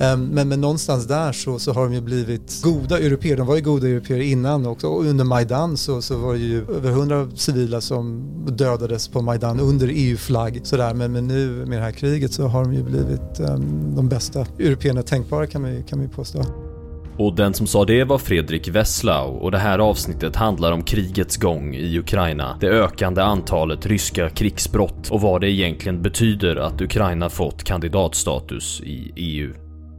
Men någonstans där så har de ju blivit goda europeer. De var ju goda europeer innan också. Och under Majdan så var det ju över 100 civila som dödades på Majdan under EU-flagg. Men nu med det här kriget så har de ju blivit de bästa europeerna tänkbara kan man ju påstå. Och den som sa det var Fredrik Wesslau, och det här avsnittet handlar om krigets gång i Ukraina, det ökande antalet ryska krigsbrott och vad det egentligen betyder att Ukraina fått kandidatstatus i EU.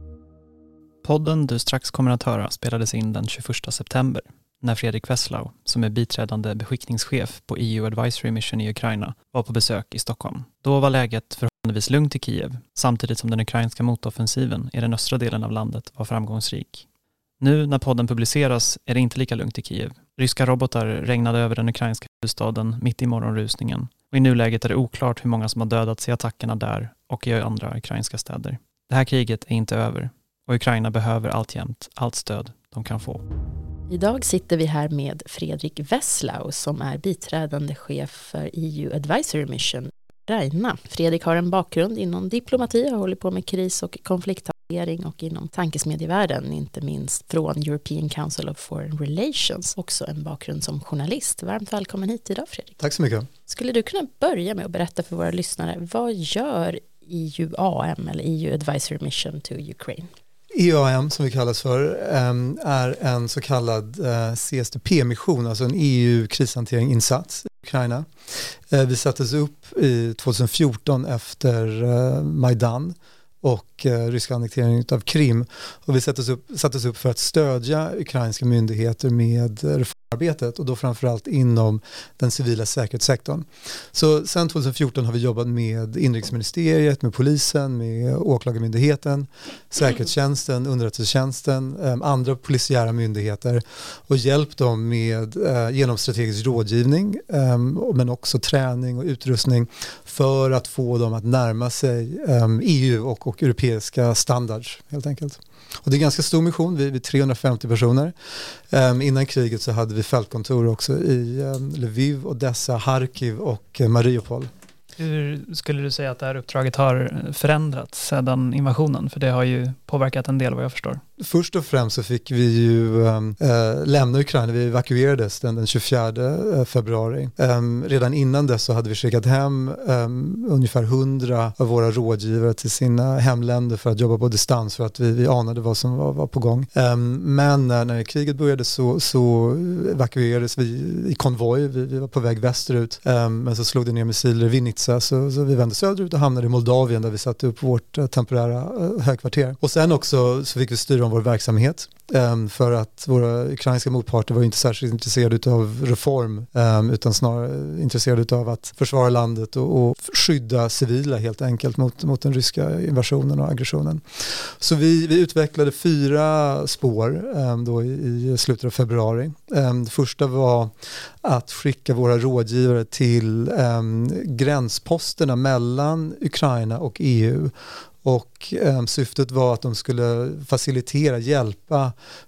Podden du strax kommer att höra spelades in den 21 september när Fredrik Wesslau, som är biträdande beskickningschef på EU Advisory Mission i Ukraina, var på besök i Stockholm. Då var läget förhållandevis lugnt i Kiev, samtidigt som den ukrainska motoffensiven i den östra delen av landet var framgångsrik. Nu när podden publiceras är det inte lika lugnt i Kiev. Ryska robotar regnade över den ukrainska huvudstaden mitt i morgonrusningen. Och i nuläget är det oklart hur många som har dödats i attackerna där och i andra ukrainska städer. Det här kriget är inte över och Ukraina behöver alltjämt allt stöd de kan få. Idag sitter vi här med Fredrik Wesslau som är biträdande chef för EU Advisory Mission Ukraina. Fredrik har en bakgrund inom diplomati och håller på med kris- och konflikthantering och inom tankesmedjevärlden, inte minst från European Council of Foreign Relations. Också en bakgrund som journalist. Varmt välkommen hit idag, Fredrik. Tack så mycket. Skulle du kunna börja med att berätta för våra lyssnare, vad gör EUAM eller EU Advisory Mission to Ukraine? EUAM som vi kallas för är en så kallad CSDP-mission, alltså en EU-krishantering-insats i Ukraina. Vi sattes upp i 2014 efter Majdan och ryska annekteringen av Krim, och vi sattes upp för att stödja ukrainska myndigheter med reformarbetet, och då framförallt inom den civila säkerhetssektorn. Så sedan 2014 har vi jobbat med inrikesministeriet, med polisen, med åklagarmyndigheten, säkerhetstjänsten, underrättelsetjänsten, andra polisiära myndigheter, och hjälpt dem med genom strategisk rådgivning, men också träning och utrustning för att få dem att närma sig EU och europeiska standards helt enkelt. Och det är en ganska stor mission, vi är 350 personer. Innan kriget så hade vi fältkontor också i Lviv, Odessa, Harkiv och Mariupol. Hur skulle du säga att det här uppdraget har förändrats sedan invasionen? För det har ju påverkat en del vad jag förstår. Först och främst så fick vi ju lämna Ukraina. Vi evakuerades den 24 februari. Redan innan dess så hade vi skickat hem ungefär 100 av våra rådgivare till sina hemländer för att jobba på distans, för att vi anade vad som var på gång. Men när kriget började så evakuerades vi i konvoj. Vi var på väg västerut, men så slog det ner missiler i Vinnytsia, så vi vände söderut och hamnade i Moldavien där vi satte upp vårt temporära högkvarter. Och sen också så fick vi styra om vår verksamhet, för att våra ukrainska motparter var inte särskilt intresserade av reform, utan snarare intresserade av att försvara landet och skydda civila helt enkelt mot den ryska invasionen och aggressionen. Så vi utvecklade 4 spår då i slutet av februari. Det första var att skicka våra rådgivare till gränsposterna mellan Ukraina och EU. Och syftet var att de skulle facilitera, hjälpa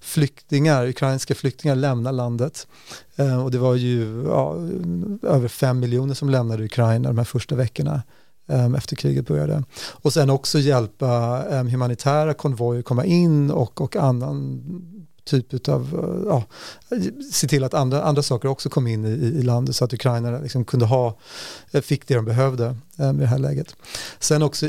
ukrainska flyktingar lämna landet. Och det var ju över 5 miljoner som lämnade Ukraina de här första veckorna efter kriget började. Och sen också hjälpa humanitära konvojer komma in och annan typ av, se till att andra saker också kom in i landet, så att Ukraina liksom fick det de behövde i det här läget. Sen också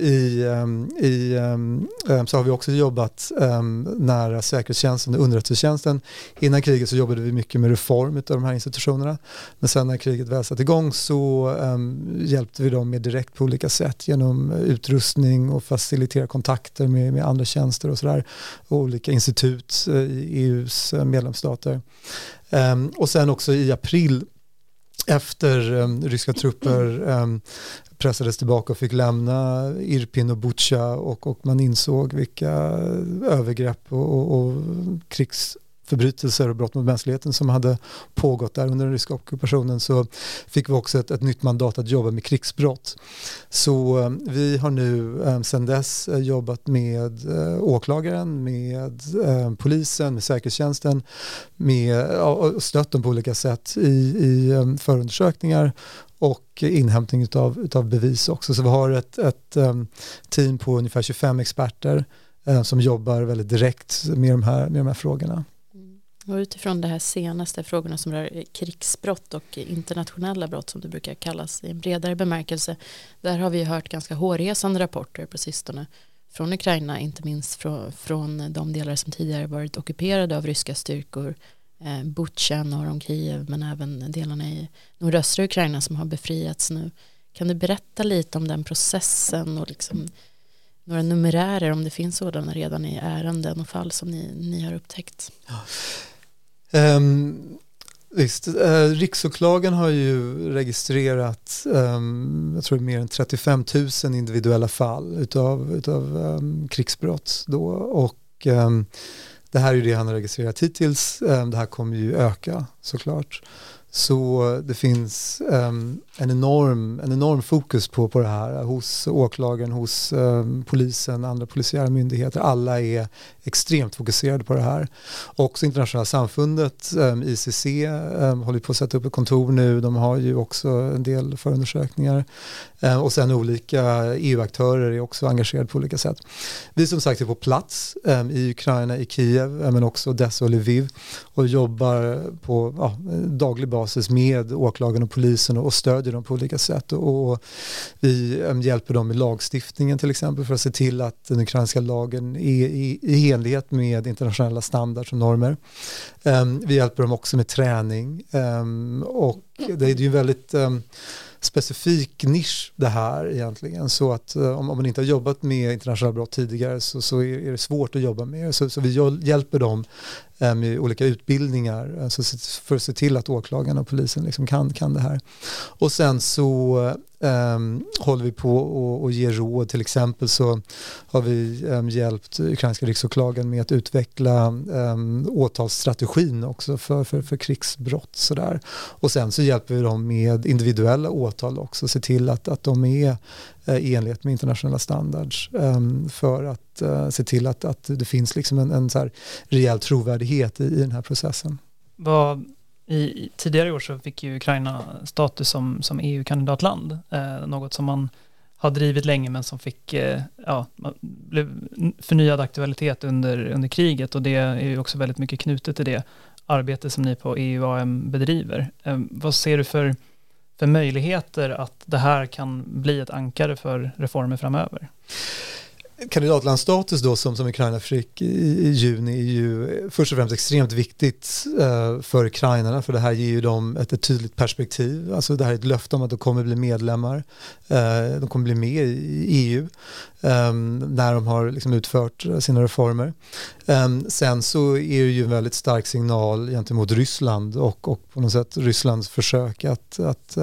så har vi också jobbat nära säkerhetstjänsten och underrättelsetjänsten. Innan kriget så jobbade vi mycket med reform av de här institutionerna, men sen när kriget väl satt igång så hjälpte vi dem med direkt på olika sätt genom utrustning och facilitera kontakter med andra tjänster och sådär, och olika institut i EUs medlemsstater. Och sen också i april, efter ryska trupper pressades tillbaka och fick lämna Irpin och Bucha, och man insåg vilka övergrepp och krigsförbrytelser och brott mot mänskligheten som hade pågått där under den ryska ockupationen, så fick vi också ett nytt mandat att jobba med krigsbrott. Så vi har nu sedan dess jobbat med åklagaren, med polisen, med säkerhetstjänsten, och stött dem på olika sätt i förundersökningar och inhämtning utav bevis också. Så vi har ett team på ungefär 25 experter som jobbar väldigt direkt med de här frågorna. Och utifrån det här senaste frågorna som rör krigsbrott och internationella brott som det brukar kallas i en bredare bemärkelse, där har vi hört ganska hårresande rapporter på sistone från Ukraina, inte minst från de delar som tidigare varit ockuperade av ryska styrkor, Butja norr om Kiev, men även delarna i nordöstra Ukraina som har befriats nu. Kan du berätta lite om den processen och liksom några numerärer, om det finns sådana redan i ärenden och fall som ni har upptäckt? Visst, Riksåklagaren har ju registrerat jag tror mer än 35 000 individuella fall utav krigsbrott då, och det här är ju det han har registrerat hittills. Det här kommer ju öka såklart. Så det finns en enorm fokus på det här hos åklagaren, hos polisen, andra polisiära myndigheter. Alla är extremt fokuserade på det här. Också internationella samfundet, ICC, håller på att sätta upp ett kontor nu. De har ju också en del förundersökningar. Och sen olika EU-aktörer är också engagerade på olika sätt. Vi som sagt är på plats i Ukraina, i Kiev, men också Odessa och Lviv, och jobbar på daglig basis med åklagaren och polisen och stödjer dem på olika sätt. Och vi hjälper dem med lagstiftningen till exempel för att se till att den ukrainska lagen är i enlighet med internationella standarder och normer. Vi hjälper dem också med träning och det är ju väldigt specifik nisch det här egentligen, så att om man inte har jobbat med internationella brott tidigare så är det svårt att jobba med. Så vi hjälper dem med olika utbildningar alltså för att se till att åklagarna och polisen liksom kan det här. Och sen så håller vi på och ge råd. Till exempel så har vi hjälpt ukrainska riksåklagaren med att utveckla åtalsstrategin också för krigsbrott. Sådär. Och sen så hjälper vi dem med individuella åtal också, se till att de är i enlighet med internationella standards för att se till att det finns liksom en så här rejäl trovärdighet i den här processen. I tidigare år så fick ju Ukraina status som EU-kandidatland, något som man har drivit länge men som fick blev förnyad aktualitet under kriget, och det är ju också väldigt mycket knutet till det arbete som ni på EUAM bedriver. Vad ser du för möjligheter att det här kan bli ett ankare för reformer framöver? Kandidatlandsstatus då som Ukraina fick i juni är ju först och främst extremt viktigt för ukrainarna, för det här ger ju dem ett tydligt perspektiv. Alltså det här är ett löfte om att de kommer bli medlemmar, de kommer bli med i EU när de har liksom utfört sina reformer. Sen så är det ju en väldigt stark signal gentemot Ryssland och på något sätt Rysslands försök att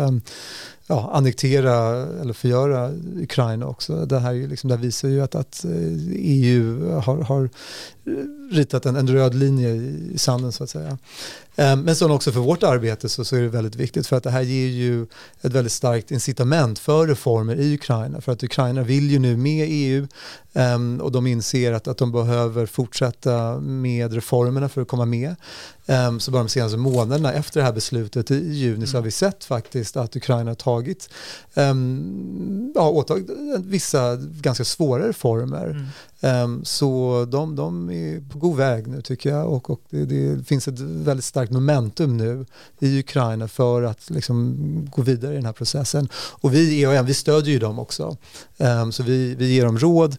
annektera eller förgöra Ukraina också. Det här är ju liksom, det visar ju att EU har ritat en röd linje i sanden så att säga. Men så också för vårt arbete så är det väldigt viktigt, för att det här ger ju ett väldigt starkt incitament för reformer i Ukraina, för att Ukraina vill ju nu med EU och de inser att de behöver fortsätta med reformerna för att komma med. Så bara de senaste månaderna efter det här beslutet i juni så har vi sett faktiskt att Ukraina har tagit åtagit vissa ganska svåra reformer. Så de är på god väg nu tycker jag, och det finns ett väldigt starkt momentum nu i Ukraina för att liksom gå vidare i den här processen. Och vi stödjer ju dem också. Så vi ger dem råd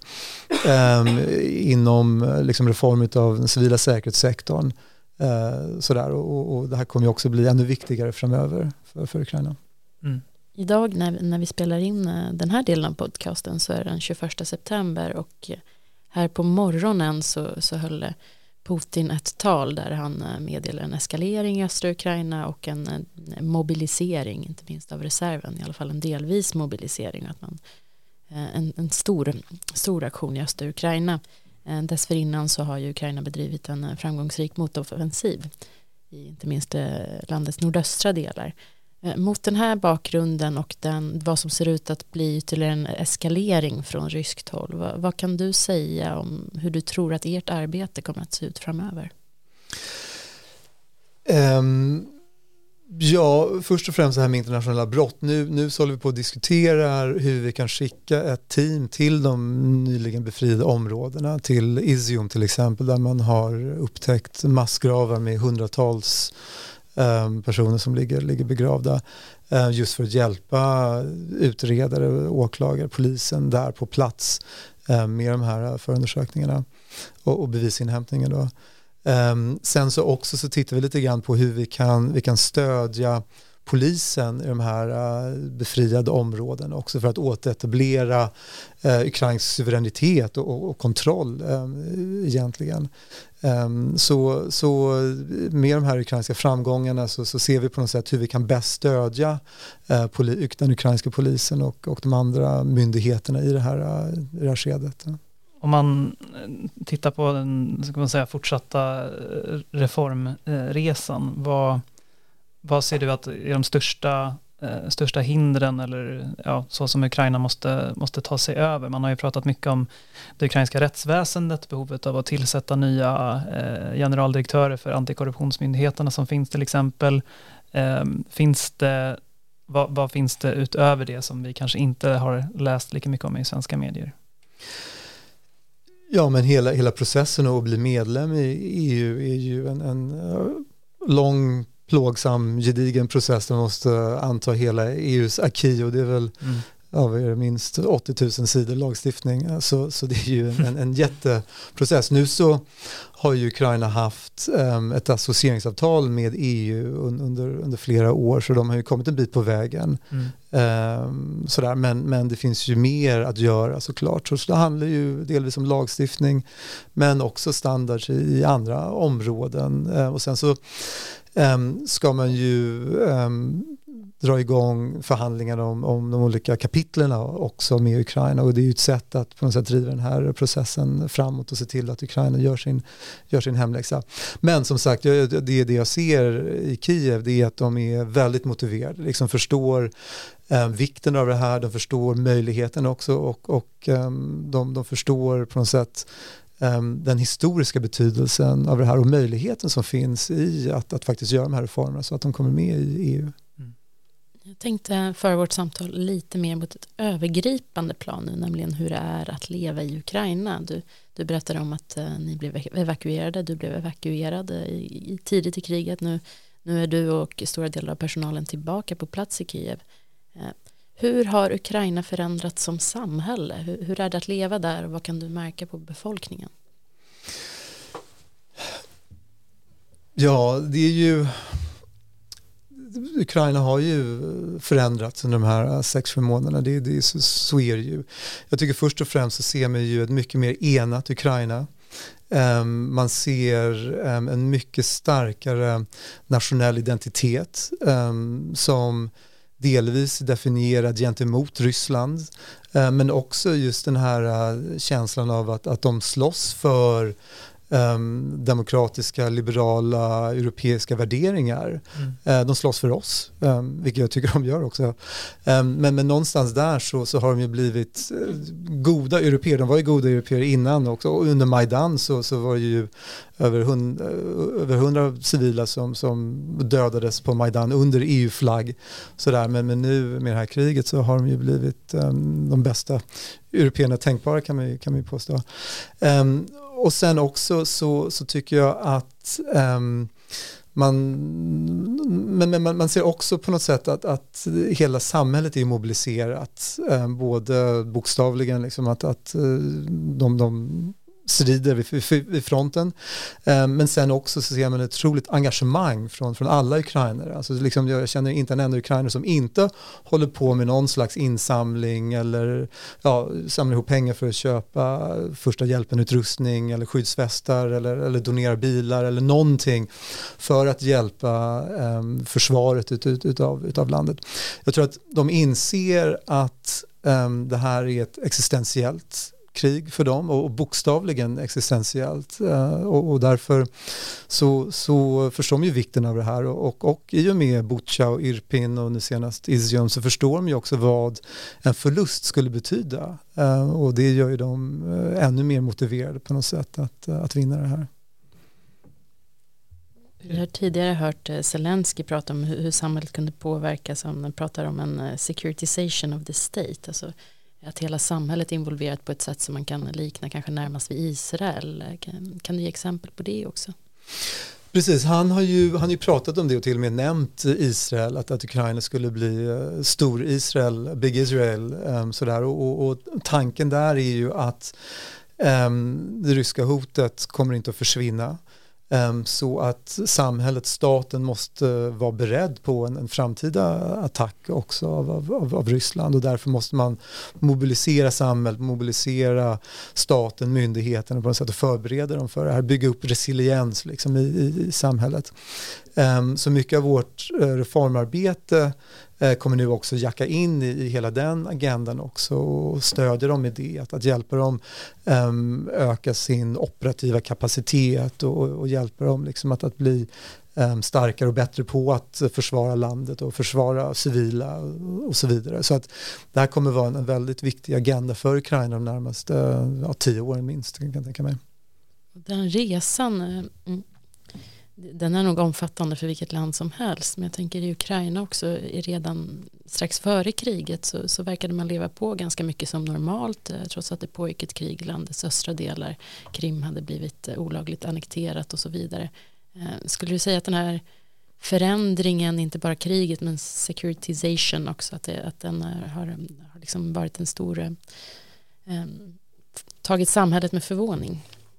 inom liksom reform av den civila säkerhetssektorn. Sådär, och det här kommer ju också bli ännu viktigare framöver för Ukraina. Idag när vi spelar in den här delen av podcasten så är det den 21 september, och här på morgonen så höll Putin ett tal där han meddelar en eskalering i östra Ukraina och en mobilisering, inte minst av reserven, i alla fall en delvis mobilisering, att man en stor aktion i östra Ukraina. Dessförinnan så har ju Ukraina bedrivit en framgångsrik motoffensiv i inte minst landets nordöstra delar. Mot den här bakgrunden och vad som ser ut att bli ytterligare en eskalering från ryskt håll, vad kan du säga om hur du tror att ert arbete kommer att se ut framöver? Ja, först och främst det här med internationella brott. Nu så håller vi på att diskutera hur vi kan skicka ett team till de nyligen befriade områdena, till Izium till exempel, där man har upptäckt massgravar med hundratals personer som ligger begravda, just för att hjälpa utredare, åklagare, polisen där på plats med de här förundersökningarna och bevisinhämtningen då. Sen så tittar vi lite grann på hur vi kan stödja polisen i de här befriade områdena också för att återetablera ukrainsk suveränitet och kontroll egentligen. Så med de här ukrainska framgångarna så ser vi på något sätt hur vi kan bäst stödja den ukrainska polisen och de andra myndigheterna i det här skedet. Om man tittar på den, ska man säga, fortsatta reformresan, vad ser du att är de största hindren eller så som Ukraina måste ta sig över? Man har ju pratat mycket om det ukrainska rättsväsendet, behovet av att tillsätta nya generaldirektörer för antikorruptionsmyndigheterna som finns till exempel. Vad finns det utöver det som vi kanske inte har läst lika mycket om i svenska medier? Ja, men hela processen att bli medlem i EU är ju en lång, plågsam, gedigen process. Man måste anta hela EUs acquis och det är väl minst 80 000 sidor lagstiftning. Så det är ju en jätteprocess. Nu så har ju Ukraina haft ett associeringsavtal med EU under flera år, så de har ju kommit en bit på vägen. Men det finns ju mer att göra såklart. Så det handlar ju delvis om lagstiftning men också standards i andra områden. Och sen så ska man ju dra igång förhandlingar om de olika kapitlerna också med Ukraina, och det är ju ett sätt att på något sätt driva den här processen framåt och se till att Ukraina gör sin hemläxa. Men som sagt, det jag ser i Kiev, det är att de är väldigt motiverade, liksom förstår vikten av det här, de förstår möjligheten också och de förstår på något sätt den historiska betydelsen av det här och möjligheten som finns i att faktiskt göra de här reformerna så att de kommer med i EU. Jag tänkte föra vårt samtal lite mer mot ett övergripande plan nu, nämligen hur det är att leva i Ukraina. Du berättade om att ni blev evakuerade, du blev evakuerad tidigt i kriget. Nu är du och stora delar av personalen tillbaka på plats i Kiev. Hur har Ukraina förändrats som samhälle? Hur är det att leva där och vad kan du märka på befolkningen? Ja, det är ju... Ukraina har ju förändrats under de här 6-7 månaderna. Så är det ju. Jag tycker först och främst så ser man ju ett mycket mer enat Ukraina. Man ser en mycket starkare nationell identitet som delvis definierad gentemot Ryssland, men också just den här känslan av att de slåss för demokratiska, liberala, europeiska värderingar. De slåss för oss, vilket jag tycker de gör också. Men någonstans där så har de ju blivit goda europeer. De var ju goda europeer innan också. Och under Majdan så var det ju över 100 civila som dödades på Majdan under EU-flagg. Men nu med det här kriget så har de ju blivit de bästa européerna tänkbara kan man ju påstå. Och sen också så tycker jag att man ser också på något sätt att hela samhället är mobiliserat, både bokstavligen liksom att de strider vid fronten, men sen också så ser man ett otroligt engagemang från alla ukrainare. Alltså liksom jag känner inte en enda ukrainare som inte håller på med någon slags insamling eller samlar ihop pengar för att köpa första hjälpen-utrustning eller skyddsvästar eller donera bilar eller någonting för att hjälpa försvaret utav landet. Jag tror att de inser att det här är ett existentiellt krig för dem och bokstavligen existentiellt och därför så förstår de ju vikten av det här och i och med Bucha och Irpin och nu senast Izium så förstår de ju också vad en förlust skulle betyda och det gör ju dem ännu mer motiverade på något sätt att vinna det här. Vi har tidigare hört Zelensky prata om hur samhället kunde påverkas. Han pratar om en securitization of the state. Alltså att hela samhället är involverat på ett sätt som man kan likna kanske närmast vid Israel. Kan du ge exempel på det också? Precis, han har ju pratat om det och till och med nämnt Israel, att Ukraina skulle bli stor Israel, Big Israel. Sådär. Och tanken där är ju att det ryska hotet kommer inte att försvinna. Så att samhället, staten måste vara beredd på en framtida attack också av Ryssland, och därför måste man mobilisera samhället, mobilisera staten, myndigheterna på något sätt och förbereda dem för det här, bygga upp resiliens liksom i samhället. Så mycket av vårt reformarbete kommer nu också jacka in i hela den agendan också och stödja dem i det, att hjälpa dem öka sin operativa kapacitet och hjälpa dem liksom att bli starkare och bättre på att försvara landet och försvara civila och så vidare. Så att det här kommer vara en väldigt viktig agenda för Ukraina de närmaste 10 åren minst, kan jag tänka mig. Den resan, den är nog omfattande för vilket land som helst, men jag tänker i Ukraina också, redan strax före kriget så verkade man leva på ganska mycket som normalt, trots att det pågick ett krig i landets östra delar. Krim hade blivit olagligt annekterat och så vidare. Skulle du säga att den här förändringen, inte bara kriget men securitization också, att den har liksom varit en stor tagit samhället med förvåning?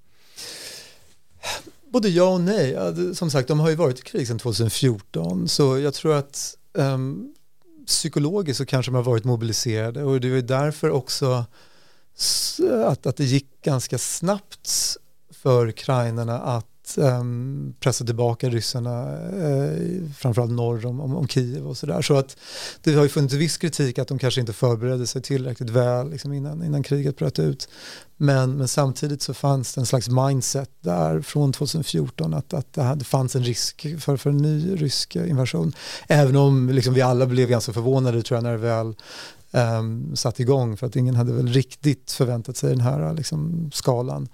Både ja och nej. Som sagt, de har ju varit i krig sedan 2014, så jag tror att psykologiskt så kanske de har varit mobiliserade, och det är därför också att det gick ganska snabbt för ukrainarna att pressa tillbaka ryssarna, framförallt norr om Kiev och sådär. Så att det har ju funnits viss kritik att de kanske inte förberedde sig tillräckligt väl liksom innan kriget bröt ut. Men samtidigt så fanns det en slags mindset där från 2014 att det fanns en risk för en ny rysk invasion. Även om liksom vi alla blev ganska förvånade, tror jag, när det väl satt igång, för att ingen hade väl riktigt förväntat sig den här liksom skalan.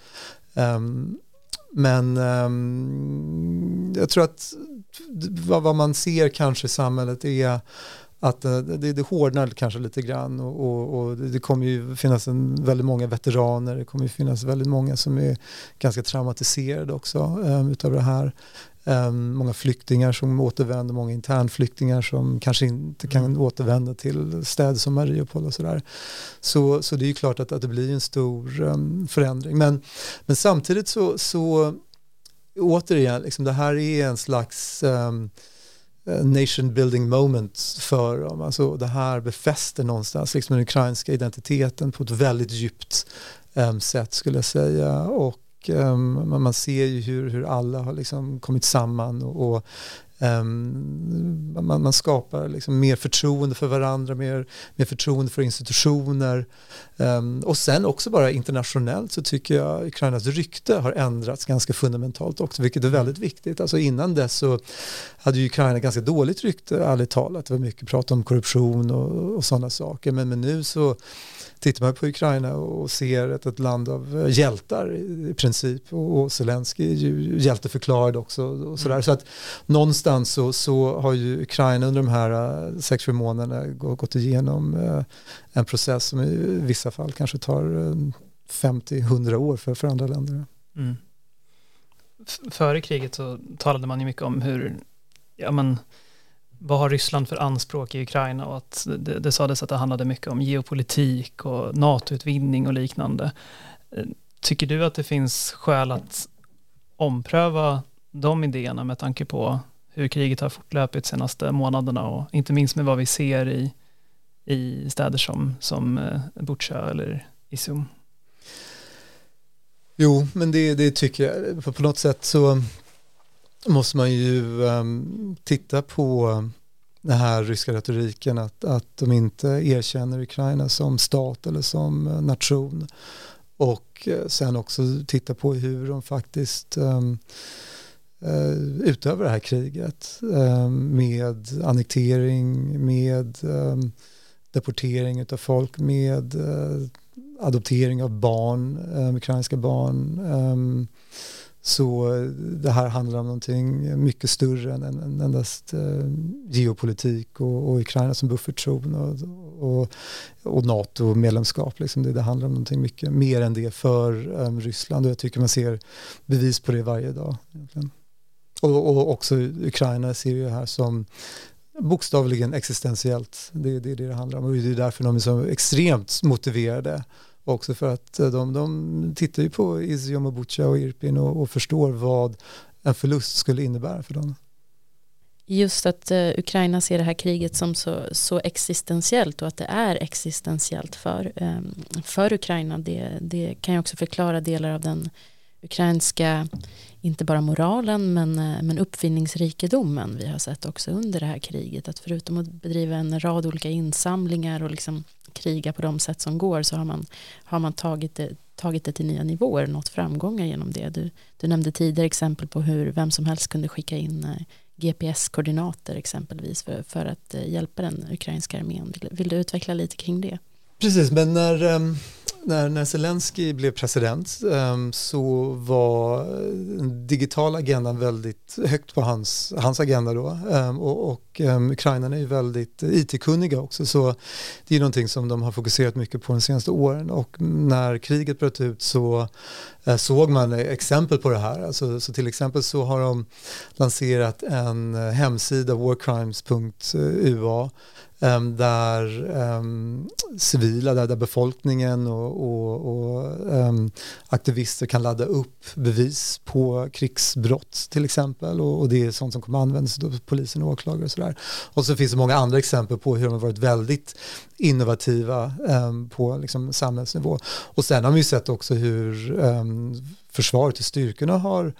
Men jag tror att vad man ser kanske i samhället är att det hårdnar kanske lite grann, och det kommer ju finnas väldigt många veteraner, det kommer ju finnas väldigt många som är ganska traumatiserade också utav det här. Många flyktingar som återvänder, många internflyktingar som kanske inte kan återvända till städer som Mariupol och sådär. Så det är ju klart att det blir en stor förändring. Men samtidigt så återigen, liksom, det här är en slags nation building moment för dem. Alltså, det här befäster någonstans liksom den ukrainska identiteten på ett väldigt djupt sätt, skulle jag säga. Och man ser ju hur alla har liksom kommit samman, och man skapar liksom mer förtroende för varandra, mer förtroende för institutioner. Och sen också bara internationellt så tycker jag Ukrainas rykte har ändrats ganska fundamentalt också, vilket är väldigt viktigt. Alltså innan dess så hade ju Ukraina ganska dåligt rykte, ärligt talat. Det var mycket prat om korruption och sådana saker. Men nu så tittar man på Ukraina och ser ett land av hjältar i princip, och Zelensky är ju hjälteförklarad också och sådär. Så att någonstans så har ju Ukraina under de här 6-7 månaderna gått igenom en process som i vissa fall kanske tar 50-100 år för andra länder. Mm. Före kriget så talade man ju mycket om hur, vad har Ryssland för anspråk i Ukraina, och att det sades att det handlade mycket om geopolitik och NATO-utvidgning och liknande. Tycker du att det finns skäl att ompröva de idéerna med tanke på hur kriget har fortlöpt de senaste månaderna, och inte minst med vad vi ser i städer som Bucha eller Izum? Jo, men det tycker jag. På något sätt så måste man ju titta på den här ryska retoriken att de inte erkänner Ukraina som stat eller som nation, och sen också titta på hur de faktiskt utöver det här kriget med annektering, med deportering av folk, med adoptering av barn, ukrainska barn, Så det här handlar om någonting mycket större än endast geopolitik och Ukraina som buffertzon och NATO-medlemskap. Liksom. Det handlar om någonting mycket mer än det för Ryssland, och jag tycker man ser bevis på det varje dag. Egentligen. Och också Ukraina ser ju här som bokstavligen existentiellt. Det är det handlar om, och det är därför de är så extremt motiverade. Också för att de tittar ju på Izium och Bucha och Irpin och förstår vad en förlust skulle innebära för dem. Just att Ukraina ser det här kriget som så existentiellt, och att det är existentiellt för Ukraina. Det kan ju också förklara delar av den ukrainska, inte bara moralen men uppfinningsrikedomen vi har sett också under det här kriget. Att förutom att bedriva en rad olika insamlingar och liksom kriga på de sätt som går, så har man tagit det till nya nivåer, nått framgångar genom det. Du nämnde tidigare exempel på hur vem som helst kunde skicka in GPS-koordinater exempelvis för att hjälpa den ukrainska armén. Vill du utveckla lite kring det? Precis, men när Zelensky blev president så var den digitala agendan väldigt högt på hans agenda då, och ukrainarna är ju väldigt IT-kunniga också, så det är någonting som de har fokuserat mycket på de senaste åren, och när kriget bröt ut så såg man exempel på det här. Alltså, så till exempel så har de lanserat en hemsida, warcrimes.ua, där civila, där befolkningen och aktivister kan ladda upp bevis på krigsbrott till exempel, och det är sånt som kommer användas av polisen och åklagare och sådär. Och så finns det många andra exempel på hur de har varit väldigt innovativa på liksom samhällsnivå. Och sen har vi ju sett också hur försvaret och styrkorna har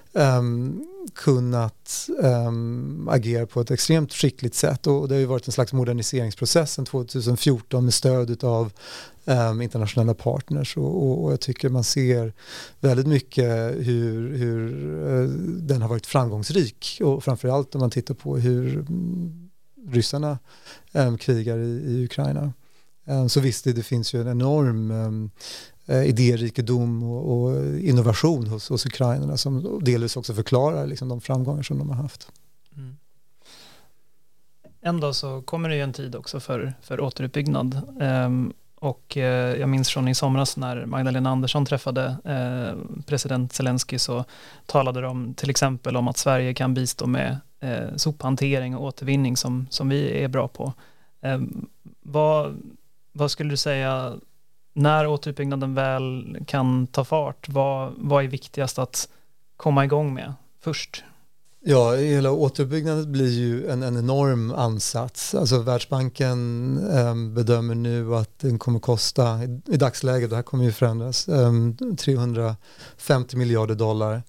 kunnat agera på ett extremt skickligt sätt, och det har ju varit en slags moderniseringsprocess sedan 2014 med stöd av internationella partners, och jag tycker man ser väldigt mycket hur den har varit framgångsrik, och framförallt om man tittar på hur ryssarna krigar i Ukraina. Så visst, det finns ju en enorm idérikedom och innovation hos ukrainarna som delvis också förklarar liksom de framgångar som de har haft. Mm. Ändå så kommer det ju en tid också för återuppbyggnad. Och jag minns från i somras när Magdalena Andersson träffade president Zelensky, så talade de till exempel om att Sverige kan bistå med sophantering och återvinning som vi är bra på. Vad skulle du säga, när återuppbyggnaden väl kan ta fart, vad är viktigast att komma igång med först? Ja, hela återuppbyggnaden blir ju en enorm ansats. Alltså Världsbanken bedömer nu att den kommer kosta, i dagsläget, det här kommer ju förändras, 350 miljarder dollar.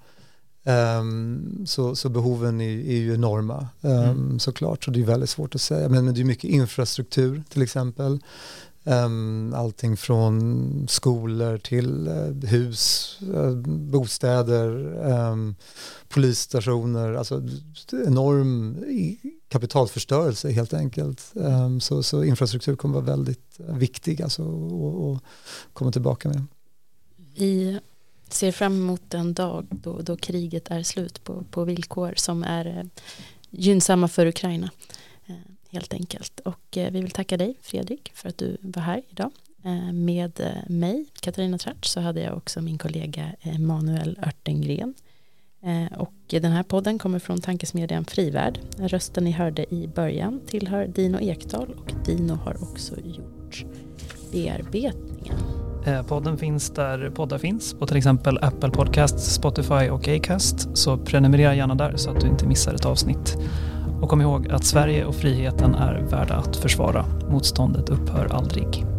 Så behoven är ju enorma, såklart, så det är väldigt svårt att säga. Men det är mycket infrastruktur till exempel. Allting från skolor till hus, bostäder, polisstationer, alltså enorm kapitalförstörelse helt enkelt. Så infrastruktur kommer vara väldigt viktig alltså, och komma tillbaka med. Vi ser fram emot en dag då kriget är slut på villkor som är gynnsamma för Ukraina. Helt enkelt. Och vi vill tacka dig, Fredrik, för att du var här idag. Med mig, Katarina Tratsch, så hade jag också min kollega Emanuel Örtengren. Och den här podden kommer från tankesmedjan Frivärd. Rösten ni hörde i början tillhör Dino Ekdal, och Dino har också gjort bearbetningen. Podden finns där poddar finns, på till exempel Apple Podcasts, Spotify och Acast. Så prenumerera gärna där så att du inte missar ett avsnitt. Och kom ihåg att Sverige och friheten är värda att försvara. Motståndet upphör aldrig.